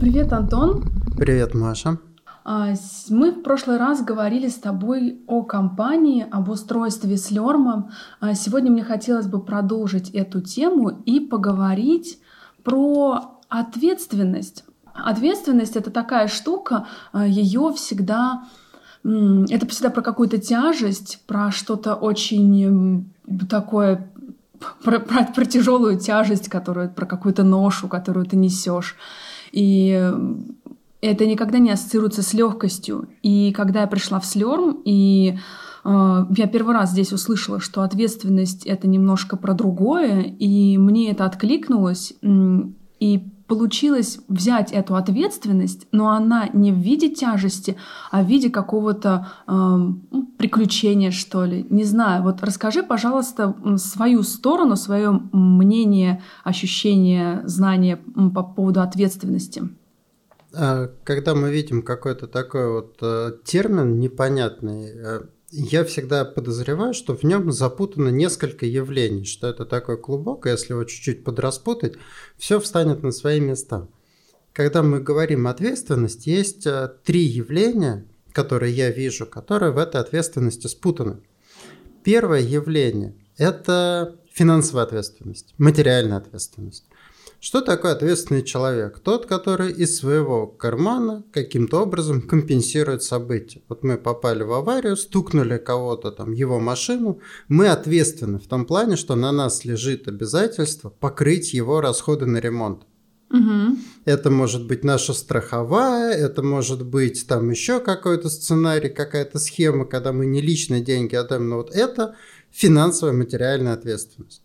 Привет, Антон. Привет, Маша. Мы в прошлый раз говорили с тобой о компании, об устройстве Slurm. Сегодня мне хотелось бы продолжить эту тему и поговорить про ответственность. Ответственность — это такая штука, ее всегда... Это всегда про какую-то тяжесть, про что-то очень такое... Про тяжелую тяжесть, про какую-то ношу, которую ты несешь. И это никогда не ассоциируется с легкостью. И когда я пришла в Slurm, и я первый раз здесь услышала, что ответственность — это немножко про другое, и мне это откликнулось, и получилось взять эту ответственность, но она не в виде тяжести, а в виде какого-то приключения, что ли. Не знаю. Вот расскажи, пожалуйста, свою сторону, свое мнение, ощущение, знание по поводу ответственности. Когда мы видим какой-то такой вот термин непонятный, я всегда подозреваю, что в нем запутано несколько явлений, что это такой клубок, и если его чуть-чуть подраспутать, все встанет на свои места. Когда мы говорим ответственность, есть три явления, которые я вижу, которые в этой ответственности спутаны. Первое явление – это финансовая ответственность, материальная ответственность. Что такое ответственный человек? Тот, который из своего кармана каким-то образом компенсирует события. Вот мы попали в аварию, стукнули кого-то, его машину. Мы ответственны в том плане, что на нас лежит обязательство покрыть его расходы на ремонт. Угу. Это может быть наша страховая, это может быть еще какой-то сценарий, какая-то схема, когда мы не личные деньги отдаем, но вот это финансовая материальная ответственность.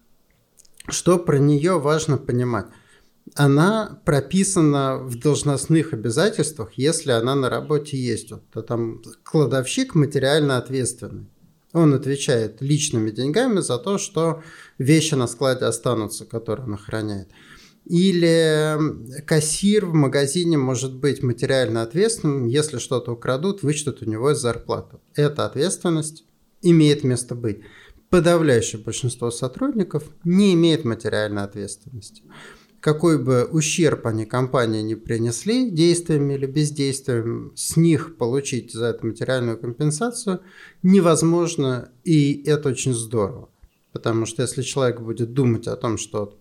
Что про нее важно понимать? Она прописана в должностных обязательствах, если она на работе есть. То там кладовщик материально ответственный. Он отвечает личными деньгами за то, что вещи на складе останутся, которые он охраняет. Или кассир в магазине может быть материально ответственным, если что-то украдут, вычтут у него из зарплаты. Эта ответственность имеет место быть. Подавляющее большинство сотрудников не имеет материальной ответственности. Какой бы ущерб они компании не принесли действиями или бездействием, с них получить за это материальную компенсацию невозможно, и это очень здорово. Потому что если человек будет думать о том, что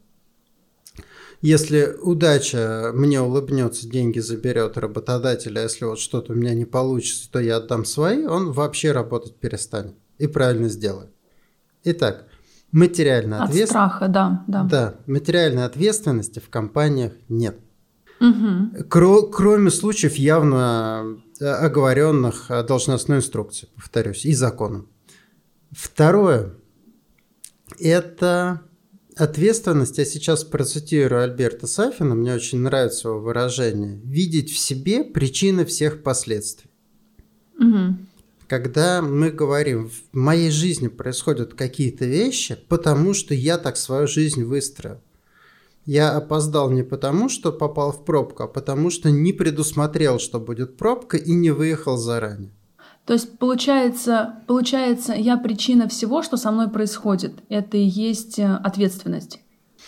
если удача мне улыбнется, деньги заберет работодатель, а если вот что-то у меня не получится, то я отдам свои, он вообще работать перестанет и правильно сделает. Итак, материальная ответственность. От страха, да. Да, материальной ответственности в компаниях нет. Угу. Кроме случаев явно оговоренных должностной инструкцией, повторюсь, и законом. Второе – это ответственность. Я сейчас процитирую Альберта Сафина, мне очень нравится его выражение. Видеть в себе причины всех последствий. Угу. Когда мы говорим, в моей жизни происходят какие-то вещи, потому что я так свою жизнь выстроил. Я опоздал не потому, что попал в пробку, а потому что не предусмотрел, что будет пробка, и не выехал заранее. То есть, получается, я причина всего, что со мной происходит. Это и есть ответственность.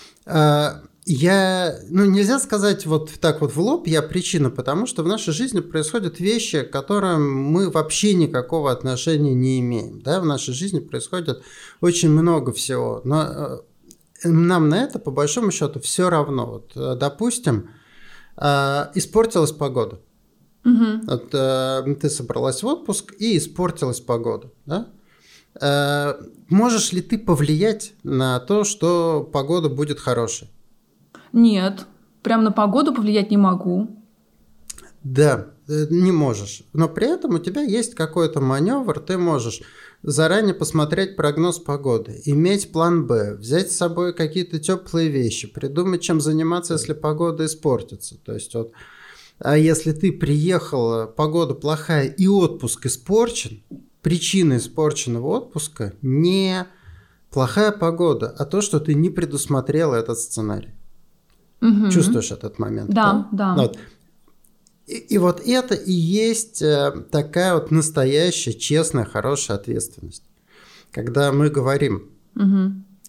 Нельзя сказать вот так вот в лоб, я причина, потому что в нашей жизни происходят вещи, к которым мы вообще никакого отношения не имеем. Да? В нашей жизни происходит очень много всего, но нам на это, по большому счету, все равно. Вот, допустим, испортилась погода. Угу. Вот, ты собралась в отпуск, и испортилась погода. Да? Можешь ли ты повлиять на то, что погода будет хорошей? Нет, прям на погоду повлиять не могу. Да, не можешь. Но при этом у тебя есть какой-то маневр, ты можешь заранее посмотреть прогноз погоды, иметь план «Б», взять с собой какие-то теплые вещи, придумать, чем заниматься, если погода испортится. То есть вот, а если ты приехала, погода плохая и отпуск испорчен, причина испорченного отпуска не плохая погода, а то, что ты не предусмотрела этот сценарий. Угу. Чувствуешь этот момент? Да. Вот. И вот это и есть такая вот настоящая, честная, хорошая ответственность. Когда мы говорим,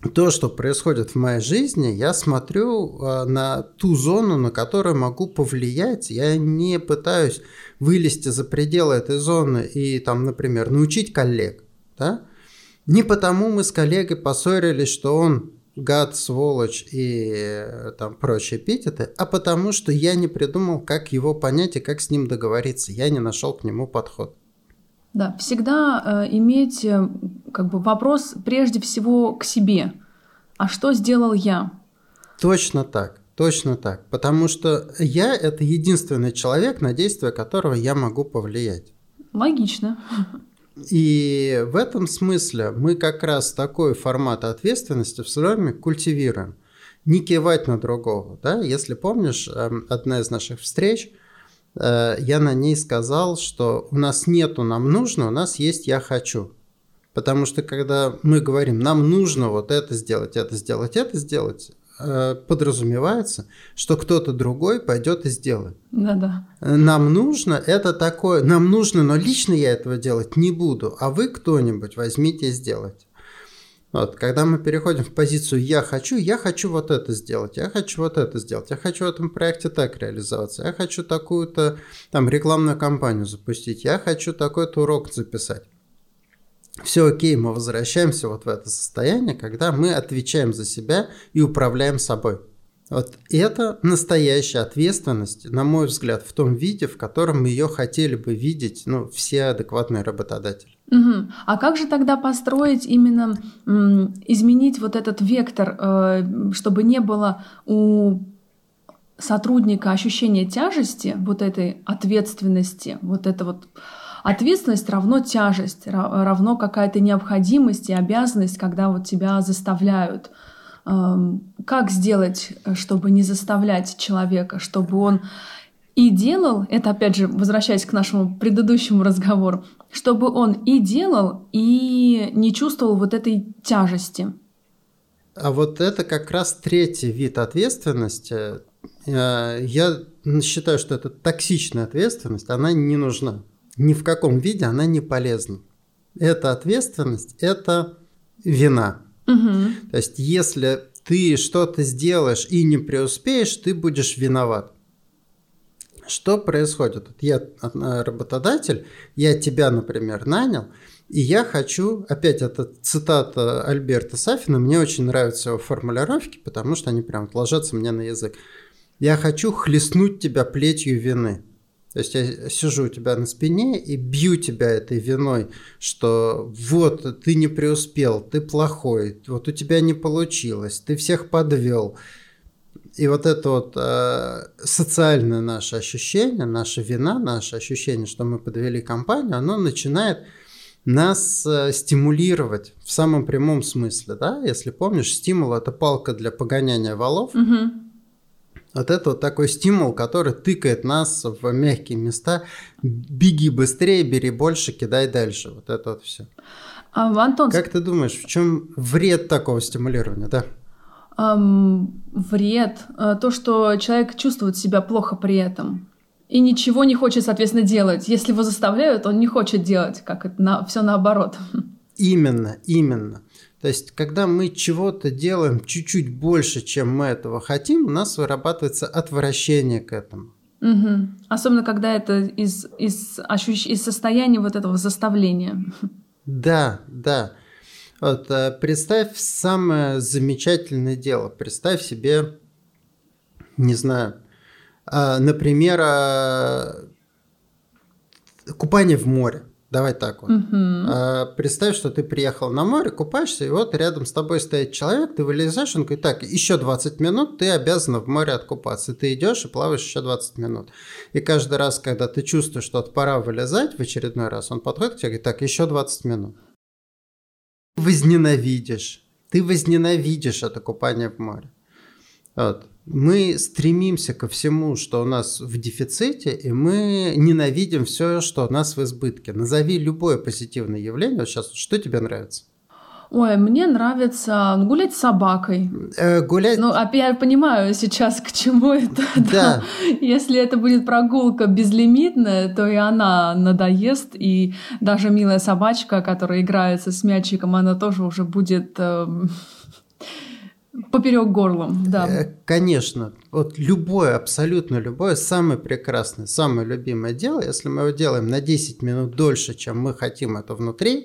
то, что происходит в моей жизни, я смотрю на ту зону, на которую могу повлиять. Я не пытаюсь вылезти за пределы этой зоны и, там, например, научить коллег. Да? Не потому мы с коллегой поссорились, что он гад, сволочь и там прочие эпитеты, а потому что я не придумал, как его понять и как с ним договориться. Я не нашел к нему подход. Да, всегда иметь как бы вопрос прежде всего к себе. А что сделал я? Точно так. Потому что я – это единственный человек, на действие которого я могу повлиять. Логично. И в этом смысле мы как раз такой формат ответственности в Слерме культивируем. Не кивать на другого. Да? Если помнишь, одна из наших встреч, я на ней сказал, что у нас нету «нам нужно», у нас есть «я хочу». Потому что когда мы говорим «нам нужно вот это сделать», подразумевается, что кто-то другой пойдет и сделает. Да-да. Нам нужно это такое, нам нужно, но лично я этого делать не буду, а вы кто-нибудь возьмите и сделайте. Вот, когда мы переходим в позицию я хочу вот это сделать, я хочу вот это сделать, я хочу в этом проекте так реализоваться, я хочу такую-то там рекламную кампанию запустить, я хочу такой-то урок записать. Все окей, мы возвращаемся вот в это состояние, когда мы отвечаем за себя и управляем собой. Вот это настоящая ответственность, на мой взгляд, в том виде, в котором мы ее хотели бы видеть, все адекватные работодатели. Угу. А как же тогда построить именно, изменить вот этот вектор, чтобы не было у сотрудника ощущения тяжести, вот этой ответственности, вот это вот ответственность равно тяжесть, равно какая-то необходимость и обязанность, когда вот тебя заставляют. Как сделать, чтобы не заставлять человека, чтобы он и делал, это опять же, возвращаясь к нашему предыдущему разговору, чтобы он и делал, и не чувствовал вот этой тяжести? А вот это как раз третий вид ответственности. Я считаю, что это токсичная ответственность, она не нужна. Ни в каком виде она не полезна. Эта ответственность – это вина. Угу. То есть, если ты что-то сделаешь и не преуспеешь, ты будешь виноват. Что происходит? Я работодатель, я тебя, например, нанял, и я хочу, опять это цитата Альберта Сафина, мне очень нравятся его формулировки, потому что они прям ложатся мне на язык. Я хочу хлестнуть тебя плетью вины. То есть я сижу у тебя на спине и бью тебя этой виной, что вот ты не преуспел, ты плохой, вот у тебя не получилось, ты всех подвел. И вот это вот социальное наше ощущение, наша вина, наше ощущение, что мы подвели компанию, оно начинает нас стимулировать в самом прямом смысле. Да? Если помнишь, стимул – это палка для погоняния валов. Угу. Вот это вот такой стимул, который тыкает нас в мягкие места. Беги быстрее, бери больше, кидай дальше. Вот это вот все. Антон, как ты думаешь, в чем вред такого стимулирования? Да? Вред. То, что человек чувствует себя плохо при этом. И ничего не хочет, соответственно, делать. Если его заставляют, он не хочет делать. Как это? Все наоборот. Именно. То есть, когда мы чего-то делаем чуть-чуть больше, чем мы этого хотим, у нас вырабатывается отвращение к этому. Угу. Особенно, когда это из состояния вот этого заставления. Да. Вот, представь самое замечательное дело. Представь себе, не знаю, например, купание в море. Давай так вот. Представь, что ты приехал на море, купаешься, и вот рядом с тобой стоит человек, ты вылезаешь, он говорит, так, еще 20 минут ты обязана в море откупаться. Ты идешь и плаваешь еще 20 минут. И каждый раз, когда ты чувствуешь, что пора вылезать в очередной раз, он подходит к тебе и говорит, так, еще 20 минут. Ты возненавидишь это купание в море. Вот. Мы стремимся ко всему, что у нас в дефиците, и мы ненавидим все, что у нас в избытке. Назови любое позитивное явление. Вот сейчас, что тебе нравится? Ой, мне нравится гулять с собакой. Гулять? Я понимаю сейчас, к чему это. Да. Если это будет прогулка безлимитная, то и она надоест, и даже милая собачка, которая играется с мячиком, она тоже уже будет Поперек горла, да. Конечно, вот любое, абсолютно любое, самое прекрасное, самое любимое дело, если мы его делаем на 10 минут дольше, чем мы хотим это внутри,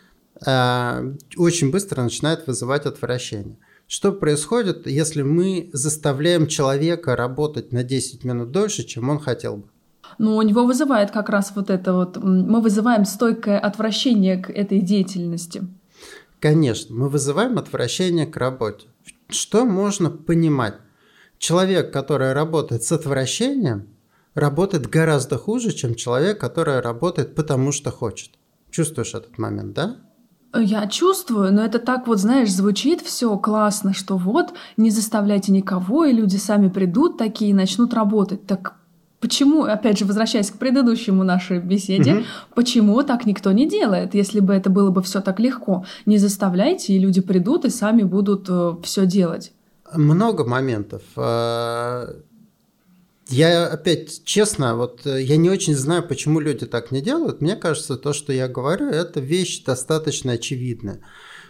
очень быстро начинает вызывать отвращение. Что происходит, если мы заставляем человека работать на 10 минут дольше, чем он хотел бы? Ну, у него вызывает как раз вот это вот, мы вызываем стойкое отвращение к этой деятельности. Конечно, мы вызываем отвращение к работе. Что можно понимать? Человек, который работает с отвращением, работает гораздо хуже, чем человек, который работает потому что хочет. Чувствуешь этот момент, да? Я чувствую, но это так вот, знаешь, звучит все классно, что вот не заставляйте никого, и люди сами придут такие и начнут работать. Так почему, опять же, возвращаясь к предыдущему нашей беседе, почему так никто не делает, если бы это было бы все так легко? Не заставляйте, и люди придут и сами будут все делать. Много моментов. Я опять честно, вот я не очень знаю, почему люди так не делают. Мне кажется, то, что я говорю, это вещь достаточно очевидная.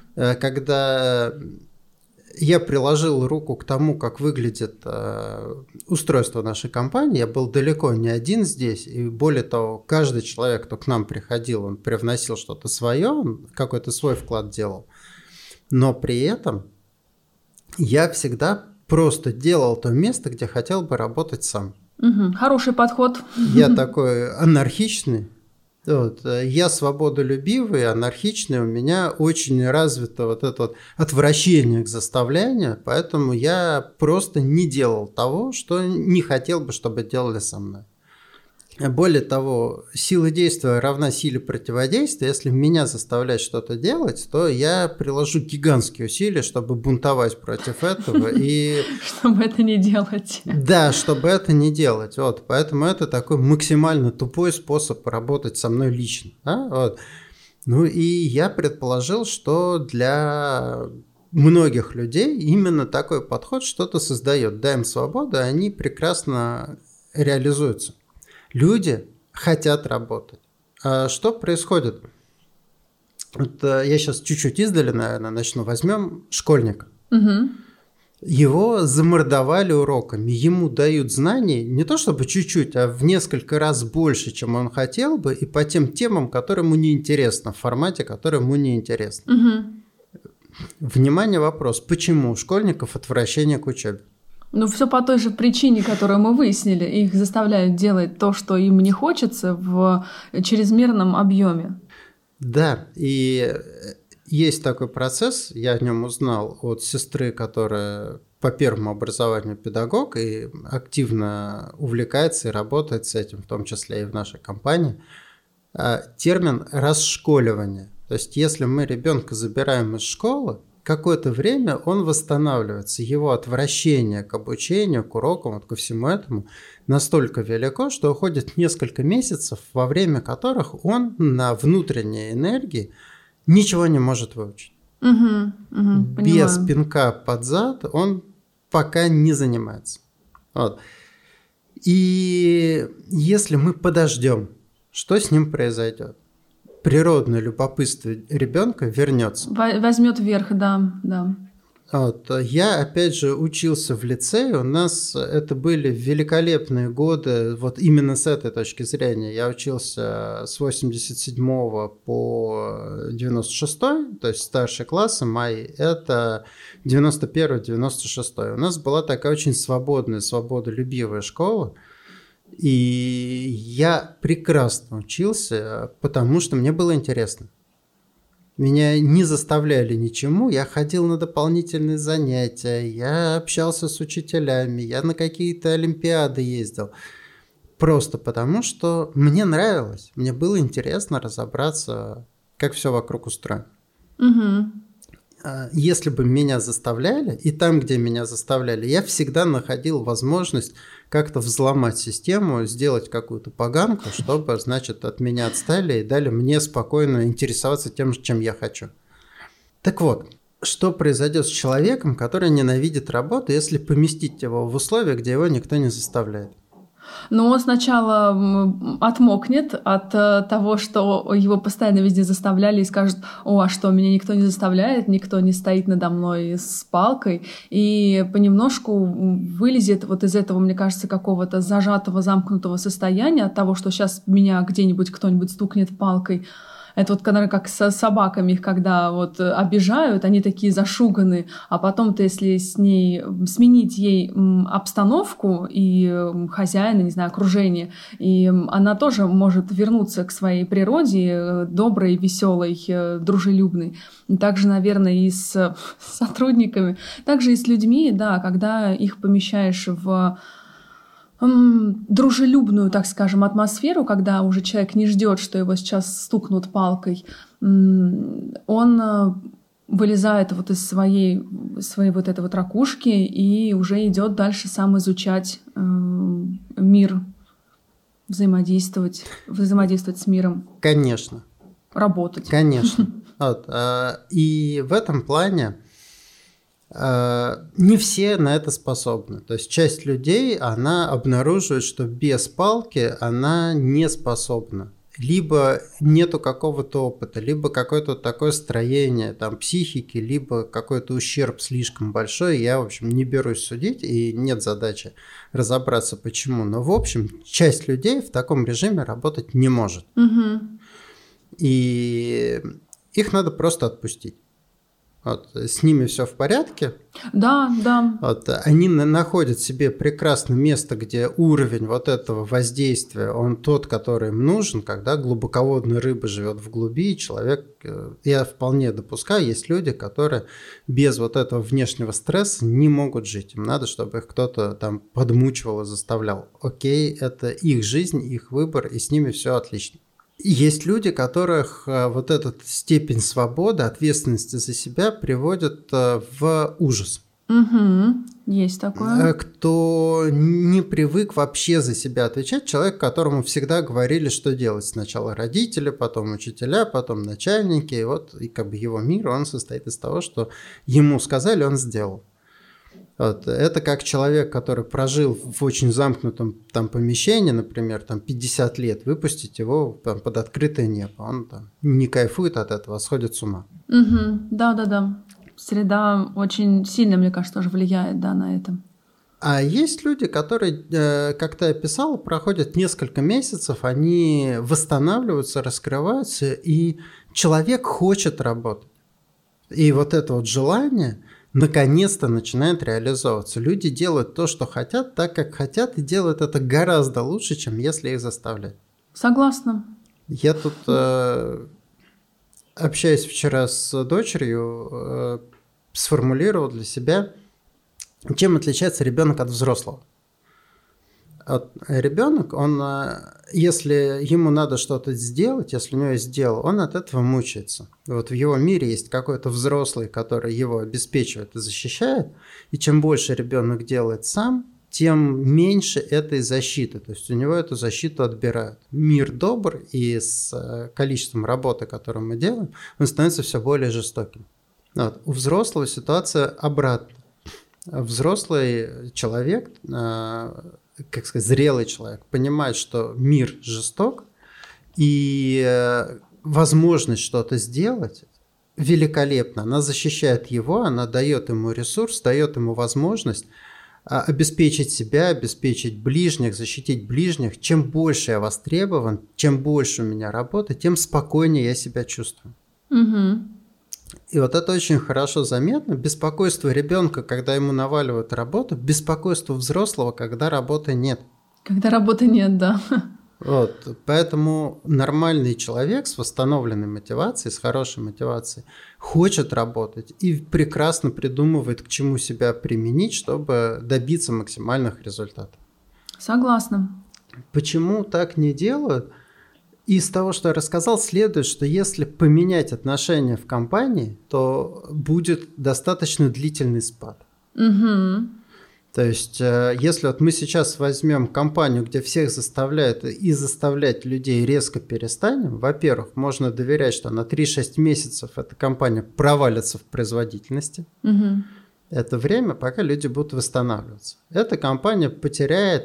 Когда я приложил руку к тому, как выглядит устройство нашей компании, я был далеко не один здесь, и более того, каждый человек, кто к нам приходил, он привносил что-то свое, он какой-то свой вклад делал. Но при этом я всегда просто делал то место, где хотел бы работать сам. Хороший подход. Я такой анархичный. Вот. Я свободолюбивый, анархичный, у меня очень развито вот это вот отвращение к заставлению, поэтому я просто не делал того, что не хотел бы, чтобы делали со мной. Более того, сила действия равна силе противодействия. Если меня заставлять что-то делать, то я приложу гигантские усилия, чтобы бунтовать против этого. И... Чтобы это не делать. Да, чтобы это не делать. Вот. Поэтому это такой максимально тупой способ работать со мной лично. Да? Вот. Ну и я предположил, что для многих людей именно такой подход что-то создает. Дай им свободу, они прекрасно реализуются. Люди хотят работать. А что происходит? Вот я сейчас чуть-чуть издали, наверное, начну. Возьмем школьника. Его замордовали уроками. Ему дают знаний не то чтобы чуть-чуть, а в несколько раз больше, чем он хотел бы, и по тем темам, которые ему неинтересно, в формате, который ему неинтересно. Внимание, вопрос. Почему у школьников отвращение к учебе? Ну, все по той же причине, которую мы выяснили. Их заставляют делать то, что им не хочется, в чрезмерном объеме. Да, и есть такой процесс, я о нем узнал от сестры, которая по первому образованию педагог и активно увлекается и работает с этим, в том числе и в нашей компании. Термин «расшколивание». То есть, если мы ребенка забираем из школы, какое-то время он восстанавливается. Его отвращение к обучению, к урокам, вот ко всему этому настолько велико, что уходит несколько месяцев, во время которых он на внутренней энергии ничего не может выучить. Без пинка под зад он пока не занимается. Вот. И если мы подождем, что с ним произойдет? Природное любопытство ребенка вернется. Возьмет верх, да. Вот. Я, опять же, учился в лицее. У нас это были великолепные годы, вот именно с этой точки зрения. Я учился с 87 по 96, то есть старшие классы мои, это 91-96. У нас была такая очень свободная, свободолюбивая школа. И я прекрасно учился, потому что мне было интересно. Меня не заставляли ничему, я ходил на дополнительные занятия, я общался с учителями, я на какие-то олимпиады ездил. Просто потому, что мне нравилось, мне было интересно разобраться, как все вокруг устроено. Если бы меня заставляли, и там, где меня заставляли, я всегда находил возможность как-то взломать систему, сделать какую-то поганку, чтобы, значит, от меня отстали и дали мне спокойно интересоваться тем, чем я хочу. Так вот, что произойдет с человеком, который ненавидит работу, если поместить его в условия, где его никто не заставляет? Но он сначала отмокнет от того, что его постоянно везде заставляли, и скажет: о, а что, меня никто не заставляет, никто не стоит надо мной с палкой, и понемножку вылезет вот из этого, мне кажется, какого-то зажатого, замкнутого состояния от того, что сейчас меня где-нибудь кто-нибудь стукнет палкой. Это вот как со собаками, их когда вот обижают, они такие зашуганы, а потом-то, если с ней сменить ей обстановку и хозяина, не знаю, окружение, и она тоже может вернуться к своей природе, доброй, веселой, дружелюбной. Также, наверное, и с сотрудниками, также и с людьми, да, когда их помещаешь в дружелюбную, так скажем, атмосферу, когда уже человек не ждет, что его сейчас стукнут палкой, он вылезает вот из своей вот этой вот ракушки и уже идет дальше сам изучать мир, взаимодействовать с миром. Конечно. Работать. Конечно. И в этом плане не все на это способны. То есть часть людей, она обнаруживает, что без палки она не способна. Либо нету какого-то опыта, либо какое-то такое строение там, психики, либо какой-то ущерб слишком большой. Я, в общем, не берусь судить, и нет задачи разобраться, почему. Но, в общем, часть людей в таком режиме работать не может. Угу. И их надо просто отпустить. С ними все в порядке. Да, да. Они находят себе прекрасное место, где уровень вот этого воздействия, он тот, который им нужен, когда глубоководная рыба живет в глуби, и человек, я вполне допускаю, есть люди, которые без вот этого внешнего стресса не могут жить. Им надо, чтобы их кто-то там подмучивал и заставлял. Окей, это их жизнь, их выбор, и с ними все отлично. Есть люди, которых вот эта степень свободы, ответственности за себя приводит в ужас. Угу. Есть такое. Кто не привык вообще за себя отвечать, человек, которому всегда говорили, что делать. Сначала родители, потом учителя, потом начальники. И как бы его мир, он состоит из того, что ему сказали, он сделал. Это как человек, который прожил в очень замкнутом там помещении, например, там 50 лет, выпустить его там, под открытое небо. Он там не кайфует от этого, а сходит с ума. Угу. Да. Среда очень сильно, мне кажется, тоже влияет, да, на это. А есть люди, которые, как ты описал, проходят несколько месяцев, они восстанавливаются, раскрываются, и человек хочет работать. И вот это вот желание наконец-то начинает реализовываться. Люди делают то, что хотят, так, как хотят, и делают это гораздо лучше, чем если их заставлять. Согласна. Я тут, общаясь вчера с дочерью, сформулировал для себя, чем отличается ребенок от взрослого. Ребенок, он, если ему надо что-то сделать, если у него есть дело, он от этого мучается. Вот в его мире есть какой-то взрослый, который его обеспечивает и защищает, и чем больше ребенок делает сам, тем меньше этой защиты. То есть у него эту защиту отбирают. Мир добр, и с количеством работы, которую мы делаем, он становится все более жестоким. У взрослого ситуация обратная. Взрослый человек, как сказать, зрелый человек, понимает, что мир жесток, и возможность что-то сделать великолепна. Она защищает его, она дает ему ресурс, дает ему возможность обеспечить себя, обеспечить ближних, защитить ближних. Чем больше я востребован, чем больше у меня работы, тем спокойнее я себя чувствую. Угу. И вот это очень хорошо заметно. Беспокойство ребенка, когда ему наваливают работу, беспокойство взрослого, когда работы нет. Когда работы нет, да. Поэтому нормальный человек с восстановленной мотивацией, с хорошей мотивацией, хочет работать и прекрасно придумывает, к чему себя применить, чтобы добиться максимальных результатов. Согласна. Почему так не делают? Из того, что я рассказал, следует, что если поменять отношения в компании, то будет достаточно длительный спад. Угу. То есть, если вот мы сейчас возьмем компанию, где всех заставляют и заставлять людей резко перестанем, во-первых, можно доверять, что на 3-6 месяцев эта компания провалится в производительности. Угу. Это время, пока люди будут восстанавливаться. Эта компания потеряет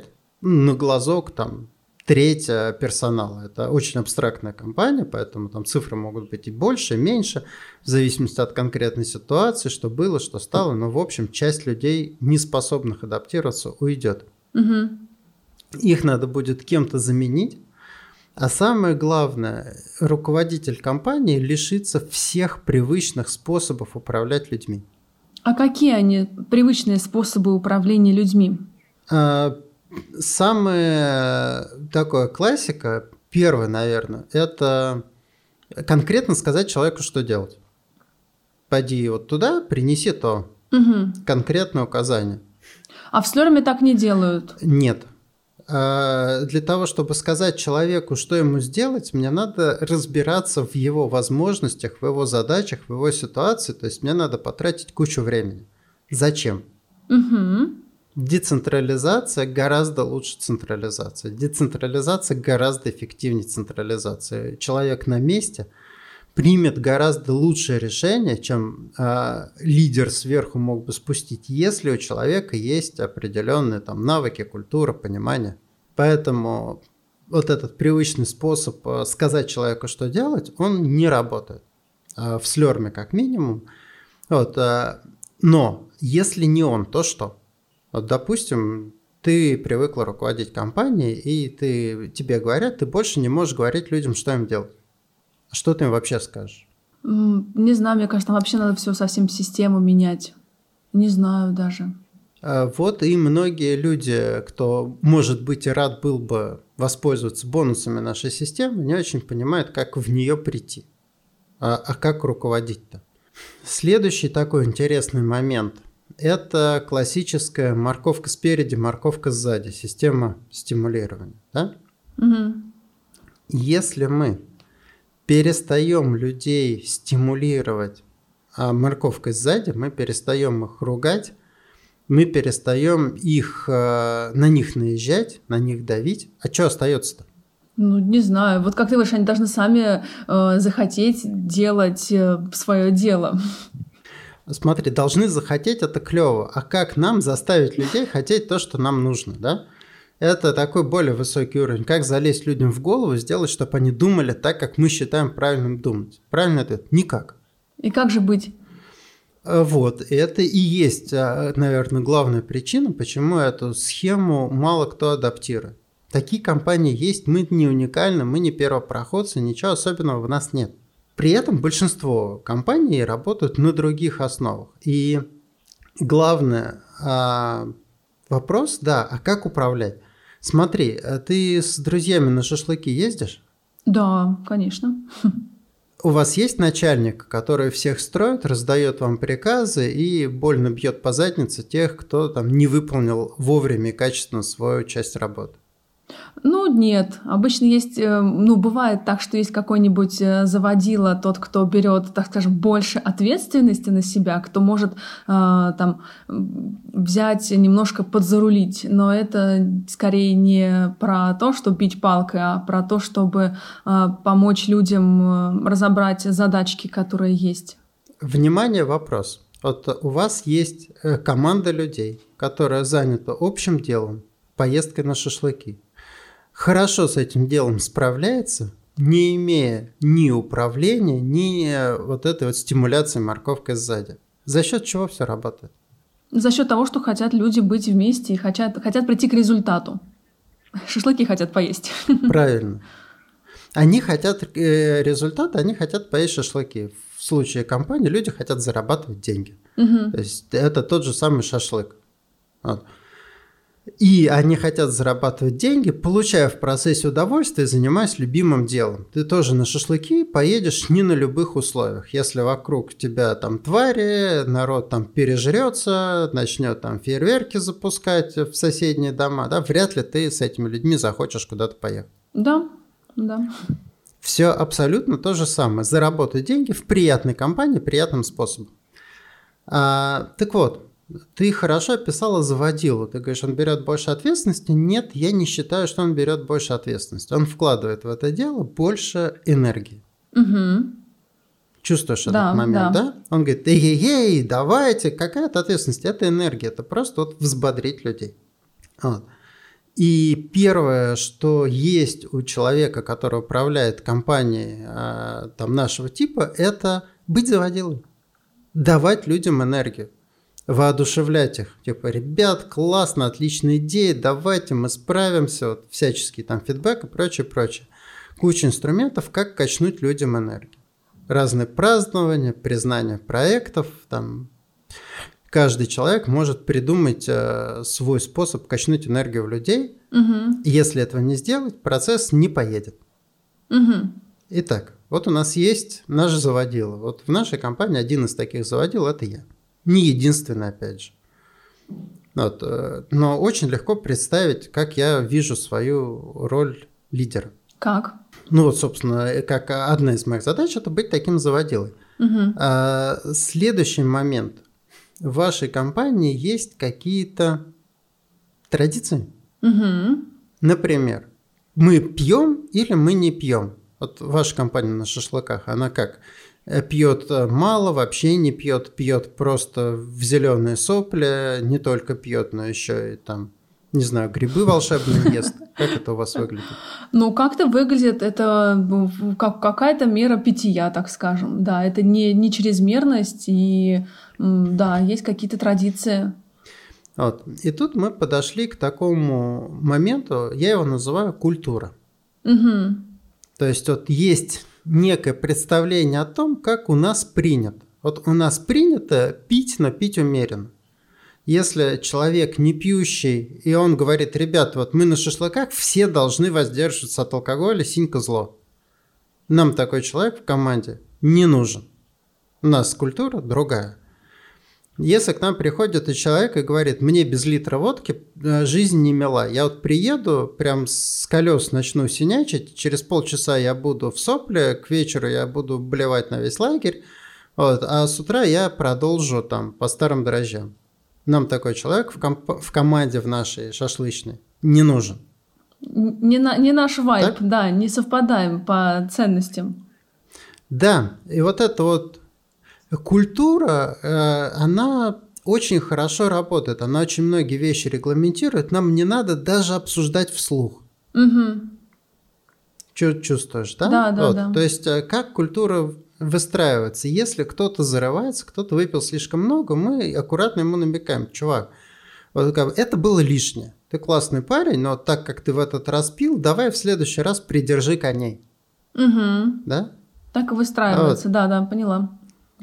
на глазок там треть персонала. Это очень абстрактная компания, поэтому там цифры могут быть и больше, и меньше, в зависимости от конкретной ситуации, что было, что стало. Но, в общем, часть людей, не способных адаптироваться, уйдет. Угу. Их надо будет кем-то заменить. А самое главное, руководитель компании лишится всех привычных способов управлять людьми. А какие они привычные способы управления людьми? Самая такая классика, первая, наверное, это конкретно сказать человеку, что делать. Пойди вот туда, принеси то. Угу. Конкретное указание. А в Слерме так не делают? Нет. Для того, чтобы сказать человеку, что ему сделать, мне надо разбираться в его возможностях, в его задачах, в его ситуации. То есть мне надо потратить кучу времени. Зачем? Угу. Децентрализация гораздо лучше централизации. Децентрализация гораздо эффективнее централизации. Человек на месте примет гораздо лучшее решение, чем лидер сверху мог бы спустить, если у человека есть определенные там навыки, культура, понимание. Поэтому вот этот привычный способ сказать человеку, что делать, он не работает. В Слерме как минимум. Вот, но если не он, то что? Вот, допустим, ты привыкла руководить компанией, и тебе говорят, ты больше не можешь говорить людям, что им делать. Что ты им вообще скажешь? Не знаю, мне кажется, там вообще надо все совсем систему менять. Не знаю даже. Вот и многие люди, кто, может быть, и рад был бы воспользоваться бонусами нашей системы, не очень понимают, как в нее прийти. А как руководить-то? Следующий такой интересный момент – это классическая морковка спереди, морковка сзади, система стимулирования. Да? Угу. Если мы перестаем людей стимулировать морковкой сзади, мы перестаем их ругать, мы перестаем на них наезжать, на них давить. А что остается-то? Ну, не знаю. Вот как ты говоришь, они должны сами захотеть делать свое дело. Смотри, должны захотеть, это клево. А как нам заставить людей хотеть то, что нам нужно, да? Это такой более высокий уровень. Как залезть людям в голову, сделать, чтобы они думали так, как мы считаем правильным думать. Правильно ответ? Никак. И как же быть? Вот. Это и есть, наверное, главная причина, почему эту схему мало кто адаптирует. Такие компании есть, мы не уникальны, мы не первопроходцы, ничего особенного в нас нет. При этом большинство компаний работают на других основах. И главный вопрос, да, а как управлять? Смотри, ты с друзьями на шашлыки ездишь? Да, конечно. У вас есть начальник, который всех строит, раздает вам приказы и больно бьет по заднице тех, кто там не выполнил вовремя и качественно свою часть работы? Ну, нет. Обычно есть, бывает так, что есть какой-нибудь заводила, тот, кто берет, так скажем, больше ответственности на себя, кто может взять, немножко подзарулить. Но это скорее не про то, чтобы бить палкой, а про то, чтобы помочь людям разобрать задачки, которые есть. Внимание, вопрос. Вот у вас есть команда людей, которая занята общим делом, поездкой на шашлыки. Хорошо с этим делом справляется, не имея ни управления, ни вот этой вот стимуляции морковкой сзади. За счет чего все работает? За счет того, что хотят люди быть вместе и хотят прийти к результату. Шашлыки хотят поесть. Правильно. Они хотят результата, они хотят поесть шашлыки. В случае компании люди хотят зарабатывать деньги. Угу. То есть это тот же самый шашлык. Вот. И они хотят зарабатывать деньги, получая в процессе удовольствие, занимаясь любимым делом. Ты тоже на шашлыки поедешь не на любых условиях. Если вокруг тебя там твари, народ там пережрется, начнет там фейерверки запускать в соседние дома, да, вряд ли ты с этими людьми захочешь куда-то поехать. Да. Все абсолютно то же самое. Заработать деньги в приятной компании, приятным способом. Так вот. Ты хорошо описала заводилу. Ты говоришь, он берет больше ответственности. Нет, я не считаю, что он берет больше ответственности. Он вкладывает в это дело больше энергии. Угу. Чувствуешь этот момент, да? Он говорит, эй, давайте, какая-то ответственность? Это энергия, это просто вот взбодрить людей. Вот. И первое, что есть у человека, который управляет компанией там, нашего типа, это быть заводилой. Давать людям энергию. Воодушевлять их. Типа, ребят, классно, отличная идея, давайте мы справимся. Вот, всяческий там фидбэк и прочее, прочее. Куча инструментов, как качнуть людям энергию. Разные празднования, признание проектов. Там. Каждый человек может придумать свой способ качнуть энергию в людей. Угу. Если этого не сделать, процесс не поедет. Угу. Итак, вот у нас есть наш заводила. Вот в нашей компании один из таких заводил – это я. Не единственный, опять же. Вот. Но очень легко представить, как я вижу свою роль лидера. Как? Ну вот, собственно, как одна из моих задач – это быть таким заводилой. Угу. Следующий момент. В вашей компании есть какие-то традиции? Угу. Например, мы пьем или мы не пьем? Вот ваша компания на шашлыках, она как? Пьет мало, вообще не пьет, пьет просто в зеленые сопли, не только пьет, но еще и там, не знаю, грибы волшебные ест. Как это у вас выглядит? Ну, как-то выглядит это как какая-то мера питья, так скажем. Да, это не чрезмерность, и да, есть какие-то традиции. Вот. И тут мы подошли к такому моменту, я его называю культура. Угу. То есть вот есть некое представление о том, как у нас принято. Вот у нас принято пить, но пить умеренно. Если человек не пьющий, и он говорит, ребят, вот мы на шашлыках, все должны воздерживаться от алкоголя, синька зло. Нам такой человек в команде не нужен. У нас культура другая. Если к нам приходит и человек и говорит, мне без литра водки жизнь не мила, я вот приеду, прям с колес начну синячить, через полчаса я буду в сопле, к вечеру я буду блевать на весь лагерь, вот, а с утра я продолжу там по старым дрожжам. Нам такой человек в команде в нашей шашлычной не нужен. Не наш вайб, так? Да, не совпадаем по ценностям. Да, и вот эта вот культура, она очень хорошо работает, она очень многие вещи регламентирует, нам не надо даже обсуждать вслух. Угу. Чувствуешь, да? Да, да, вот. Да. То есть как культура выстраивается. Если кто-то зарывается, кто-то выпил слишком много, мы аккуратно ему намекаем, чувак, вот, это было лишнее. Ты классный парень, но так как ты в этот раз пил, давай в следующий раз придержи коней. Угу. Да? Так и выстраивается, вот. Да, поняла.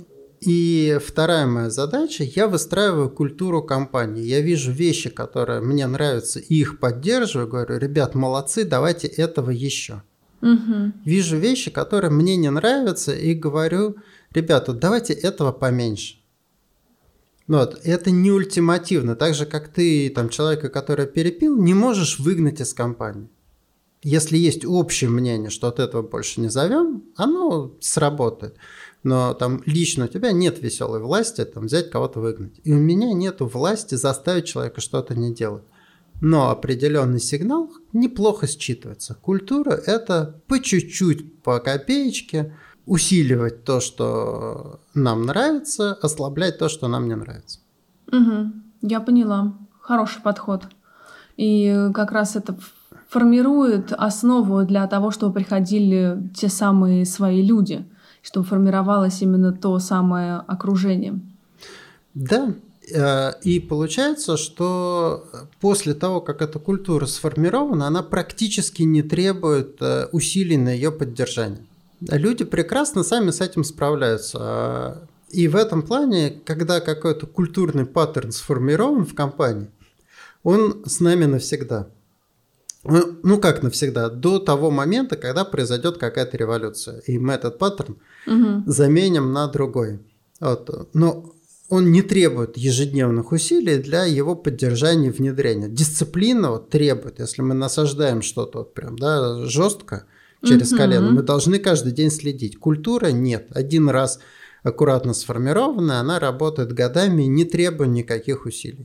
И вторая моя задача, я выстраиваю культуру компании. Я вижу вещи, которые мне нравятся, и их поддерживаю, говорю, ребят, молодцы, давайте этого еще. Угу. Вижу вещи, которые мне не нравятся, и говорю, ребята, давайте этого поменьше. Вот. Это не ультимативно. Так же, как ты, там, человека, который перепил, не можешь выгнать из компании. Если есть общее мнение, что от этого больше не зовем, оно сработает. Но там лично у тебя нет веселой власти там, взять кого-то выгнать. И у меня нет власти заставить человека что-то не делать. Но определенный сигнал неплохо считывается. Культура – это по чуть-чуть, по копеечке усиливать то, что нам нравится, ослаблять то, что нам не нравится. Угу, я поняла. Хороший подход. И как раз это формирует основу для того, чтобы приходили те самые свои люди, чтобы формировалось именно то самое окружение. Да. И получается, что после того, как эта культура сформирована, она практически не требует усилий на ее поддержание. Люди прекрасно сами с этим справляются. И в этом плане, когда какой-то культурный паттерн сформирован в компании, он с нами навсегда. Ну как навсегда? До того момента, когда произойдет какая-то революция. И мы этот паттерн заменим на другой. Вот. Но он не требует ежедневных усилий для его поддержания и внедрения. Дисциплина вот требует, если мы насаждаем что-то вот прям, да, жестко через колено, мы должны каждый день следить. Культура нет. Один раз аккуратно сформированная, она работает годами, не требуя никаких усилий.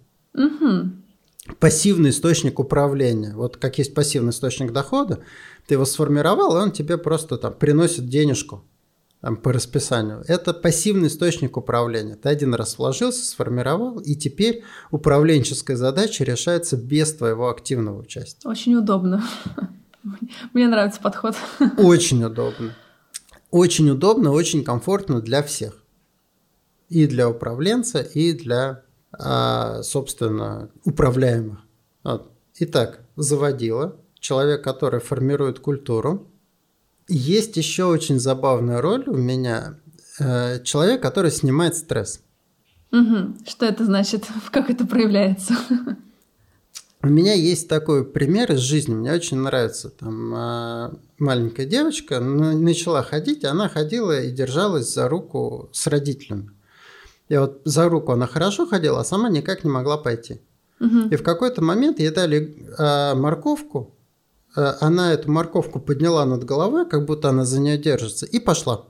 Пассивный источник управления. Вот как есть пассивный источник дохода, ты его сформировал, и он тебе просто там приносит денежку. там, по расписанию. Это пассивный источник управления. Ты один раз вложился, сформировал, и теперь управленческая задача решается без твоего активного участия. Очень удобно. Мне нравится подход. Очень удобно. Очень удобно, очень комфортно для всех. И для управленца, и для, собственно, управляемых. Вот. Итак, заводила. Человек, который формирует культуру. Есть еще очень забавная роль у меня. Человек, который снимает стресс. Что это значит? Как это проявляется? У меня есть такой пример из жизни. Мне очень нравится. Там маленькая девочка начала ходить. Она ходила и держалась за руку с родителями. И вот за руку она хорошо ходила, а сама никак не могла пойти. И в какой-то момент ей дали морковку. Она эту морковку подняла над головой, как будто она за нее держится, и пошла.